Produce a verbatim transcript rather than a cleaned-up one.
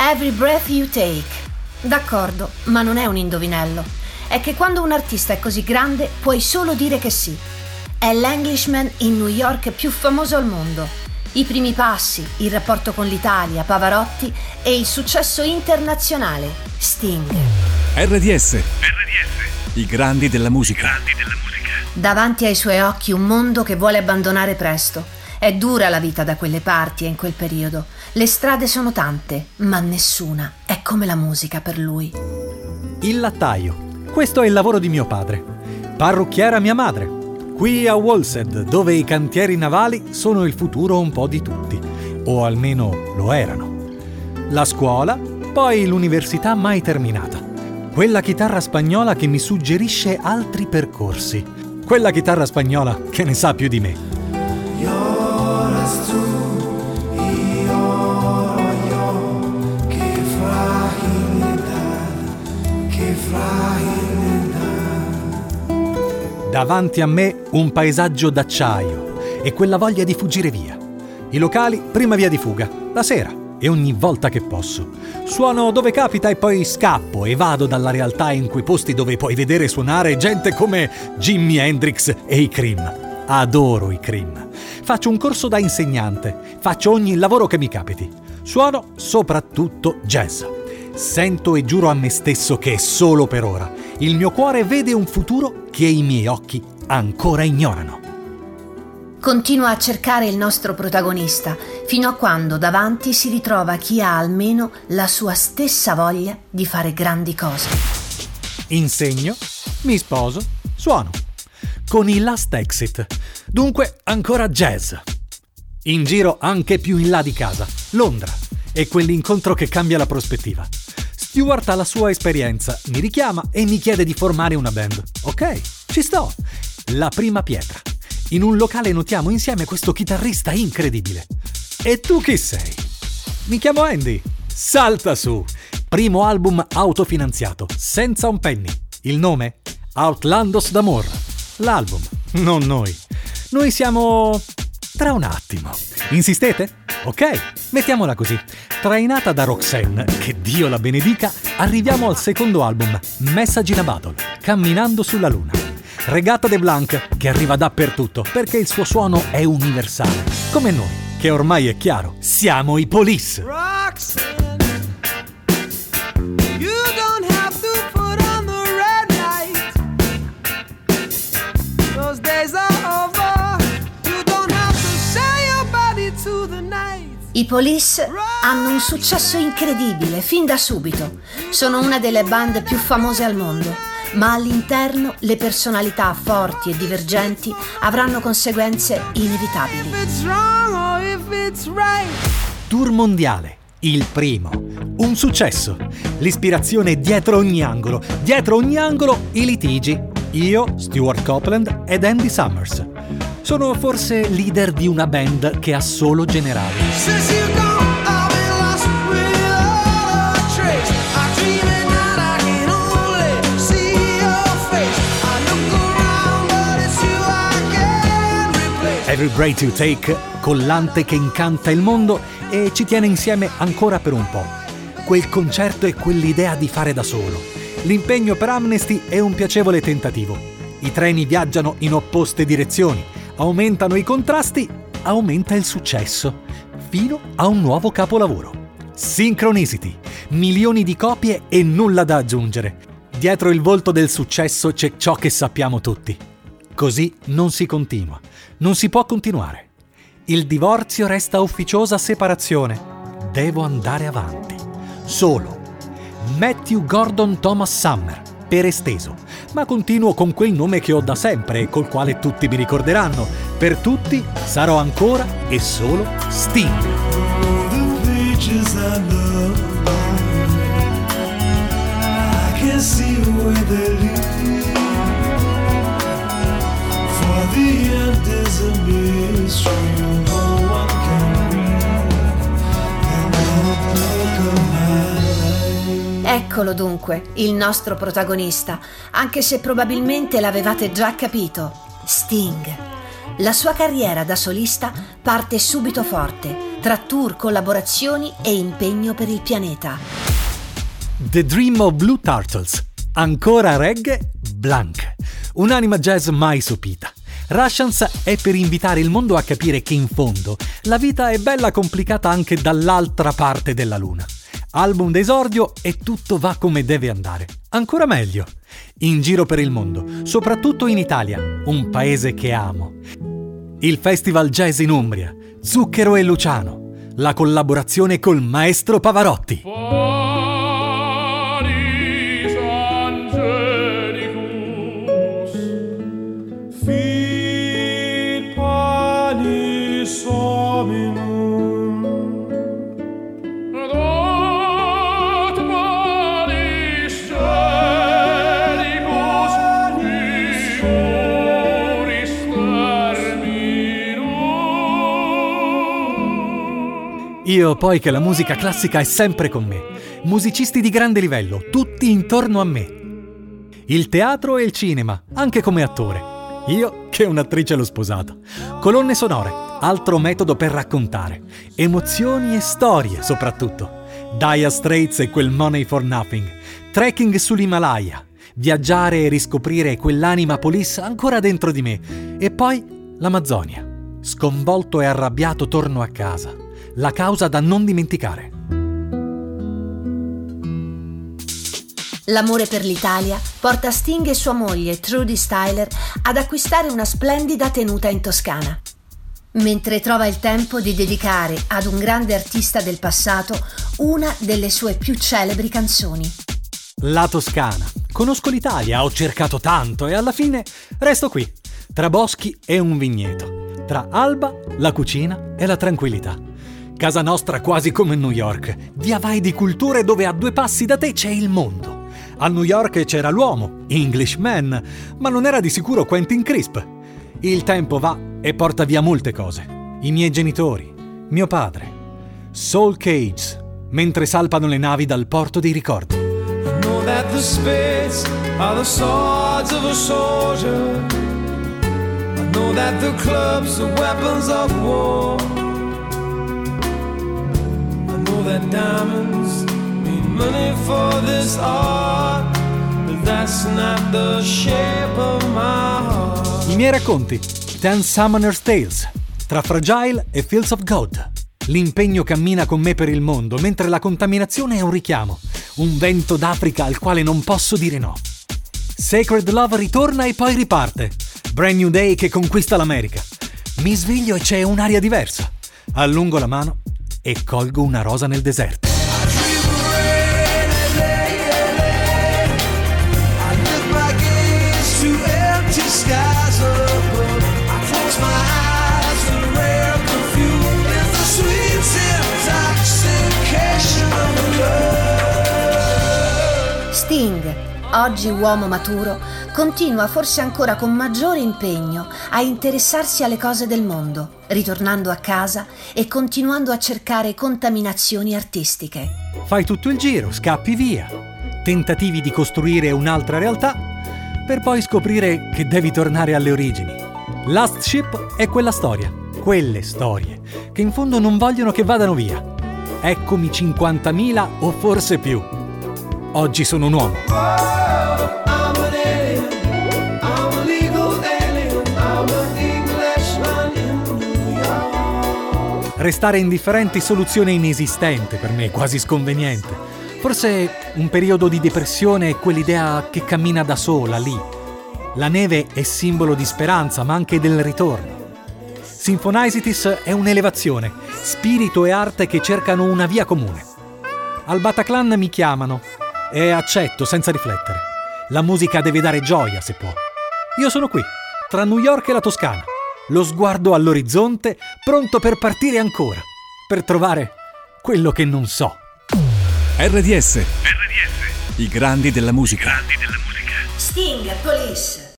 Every Breath You Take. D'accordo, ma non è un indovinello. È che quando un artista è così grande puoi solo dire che sì. È l'Englishman in New York più famoso al mondo. I primi passi, il rapporto con l'Italia, Pavarotti e il successo internazionale, Sting. R D S. R D S. I grandi della musica. I grandi della musica. Davanti ai suoi occhi un mondo che vuole abbandonare presto. È dura la vita da quelle parti e in quel periodo. Le strade sono tante, ma nessuna è come la musica per lui. Il lattaio. Questo è il lavoro di mio padre. Parrucchiera mia madre. Qui a Wolsted, dove i cantieri navali sono il futuro un po' di tutti. O almeno lo erano. La scuola, poi l'università mai terminata. Quella chitarra spagnola che mi suggerisce altri percorsi. Quella chitarra spagnola che ne sa più di me. Davanti a me un paesaggio d'acciaio e quella voglia di fuggire via. I locali, prima via di fuga, la sera e ogni volta che posso. Suono dove capita e poi scappo e vado dalla realtà in quei posti dove puoi vedere suonare gente come Jimi Hendrix e i Cream. Adoro i Cream. Faccio un corso da insegnante, faccio ogni lavoro che mi capiti. Suono soprattutto jazz. Sento e giuro a me stesso che è solo per ora. Il mio cuore vede un futuro che i miei occhi ancora ignorano. Continua a cercare il nostro protagonista, fino a quando davanti si ritrova chi ha almeno la sua stessa voglia di fare grandi cose. Insegno, mi sposo, suono. Con i Last Exit. Dunque ancora jazz. In giro anche più in là di casa, Londra. È quell'incontro che cambia la prospettiva. Stewart ha la sua esperienza, mi richiama e mi chiede di formare una band. Ok, ci sto. La prima pietra. In un locale notiamo insieme questo chitarrista incredibile. E tu chi sei? Mi chiamo Andy. Salta su. Primo album autofinanziato, senza un penny. Il nome? Outlandos d'Amor. L'album, non noi. Noi siamo... tra un attimo. Insistete? Ok, mettiamola così. Trainata da Roxanne, che Dio la benedica, arriviamo al secondo album, Message in a Bottle, Camminando sulla Luna. Regata de Blanc, che arriva dappertutto, perché il suo suono è universale. Come noi, che ormai è chiaro, siamo i Police. Roxanne, you don't have to put on the red light. Those days are over. I Police hanno un successo incredibile fin da subito. Sono una delle band più famose al mondo, ma all'interno le personalità forti e divergenti avranno conseguenze inevitabili. Tour mondiale, il primo. Un successo. L'ispirazione dietro ogni angolo. Dietro ogni angolo i litigi. Io, Stewart Copeland ed Andy Summers. Sono forse leader di una band che ha solo generali. Every Breath You Take, collante che incanta il mondo e ci tiene insieme ancora per un po'. Quel concerto e quell'idea di fare da solo. L'impegno per Amnesty è un piacevole tentativo. I treni viaggiano in opposte direzioni. Aumentano i contrasti, aumenta il successo, fino a un nuovo capolavoro. Synchronicity, milioni di copie e nulla da aggiungere. Dietro il volto del successo c'è ciò che sappiamo tutti. Così non si continua, non si può continuare. Il divorzio resta ufficiosa separazione. Devo andare avanti. Solo. Matthew Gordon Thomas Summer, per esteso. Ma continuo con quel nome che ho da sempre e col quale tutti mi ricorderanno. Per tutti sarò ancora e solo Sting. Eccolo dunque, il nostro protagonista, anche se probabilmente l'avevate già capito, Sting. La sua carriera da solista parte subito forte, tra tour, collaborazioni e impegno per il pianeta. The Dream of Blue Turtles, ancora reggae, Blank, un'anima jazz mai sopita. Russians è per invitare il mondo a capire che in fondo la vita è bella complicata anche dall'altra parte della luna. Album d'esordio e tutto va come deve andare. Ancora meglio, in giro per il mondo, soprattutto in Italia, un paese che amo. Il Festival Jazz in Umbria, Zucchero e Luciano, la collaborazione col maestro Pavarotti. Panis Angelicus, fit panis hominum, dat panis celicus, iuris terminum. Io poi che la musica classica è sempre con me. Musicisti di grande livello, tutti intorno a me. Il teatro e il cinema, anche come attore. Io che un'attrice l'ho sposato. Colonne sonore, altro metodo per raccontare. Emozioni e storie, soprattutto. Dire Straits e quel Money for Nothing. Trekking sull'Himalaya. Viaggiare e riscoprire quell'anima police ancora dentro di me. E poi l'Amazzonia. Sconvolto e arrabbiato torno a casa. La causa da non dimenticare. L'amore per l'Italia porta Sting e sua moglie Trudy Styler ad acquistare una splendida tenuta in Toscana, mentre trova il tempo di dedicare ad un grande artista del passato una delle sue più celebri canzoni. La Toscana. Conosco l'Italia, ho cercato tanto e alla fine resto qui, tra boschi e un vigneto, tra Alba, la cucina e la tranquillità. Casa nostra quasi come New York, via vai di culture dove a due passi da te c'è il mondo. A New York c'era l'uomo, Englishman, ma non era di sicuro Quentin Crisp. Il tempo va e porta via molte cose. I miei genitori, mio padre. Soul Cages, mentre salpano le navi dal porto dei ricordi. I know that the spades are the swords of a soldier. I know that the clubs are weapons of war. I know that diamonds mean money for this art, but that's not the shape of my heart. I miei racconti, Ten Summoner's Tales, tra Fragile e Fields of Gold. L'impegno cammina con me per il mondo, mentre la contaminazione è un richiamo, un vento d'Africa al quale non posso dire no. Sacred Love ritorna e poi riparte. Brand New Day che conquista l'America. Mi sveglio e c'è un'aria diversa. Allungo la mano e colgo una rosa nel deserto. Sting, oggi uomo maturo, continua forse ancora con maggiore impegno a interessarsi alle cose del mondo, ritornando a casa e continuando a cercare contaminazioni artistiche. Fai tutto il giro, scappi via. Tentativi di costruire un'altra realtà, per poi scoprire che devi tornare alle origini. Last Ship è quella storia, quelle storie, che in fondo non vogliono che vadano via. Eccomi cinquantamila o forse più. Oggi sono un uomo. Restare indifferenti soluzione inesistente per me, quasi sconveniente. Forse un periodo di depressione è quell'idea che cammina da sola lì. La neve è simbolo di speranza, ma anche del ritorno. Symphonicities è un'elevazione, spirito e arte che cercano una via comune. Al Bataclan mi chiamano e accetto senza riflettere. La musica deve dare gioia se può. Io sono qui, tra New York e la Toscana, lo sguardo all'orizzonte, pronto per partire ancora, per trovare quello che non so. R D S. R D S. I grandi della musica. Sting, Police.